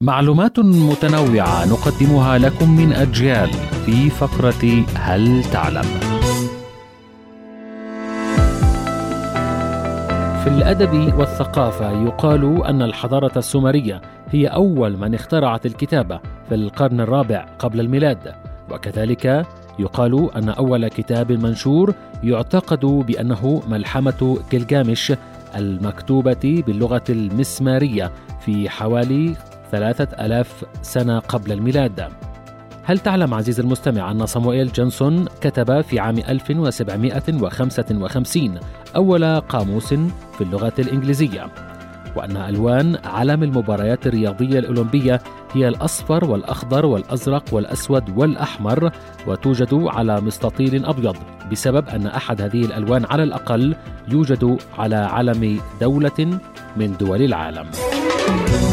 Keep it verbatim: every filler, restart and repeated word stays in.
معلومات متنوعة نقدمها لكم من أجيال في فقرة هل تعلم؟ في الأدب والثقافة يقال أن الحضارة السومرية هي أول من اخترعت الكتابة في القرن الرابع قبل الميلاد، وكذلك يقال أن أول كتاب منشور يعتقد بأنه ملحمة جلجامش المكتوبة باللغة المسمارية في حوالي ثلاثة آلاف سنة قبل الميلاد. هل تعلم عزيزي المستمع أن صموئيل جونسون كتب في عام ألف وسبعمائة وخمسة وخمسين أول قاموس في اللغة الإنجليزية، وأن ألوان علم المباريات الرياضية الأولمبية هي الأصفر والأخضر والأزرق والأسود والأحمر، وتوجد على مستطيل أبيض بسبب أن أحد هذه الألوان على الأقل يوجد على علم دولة من دول العالم.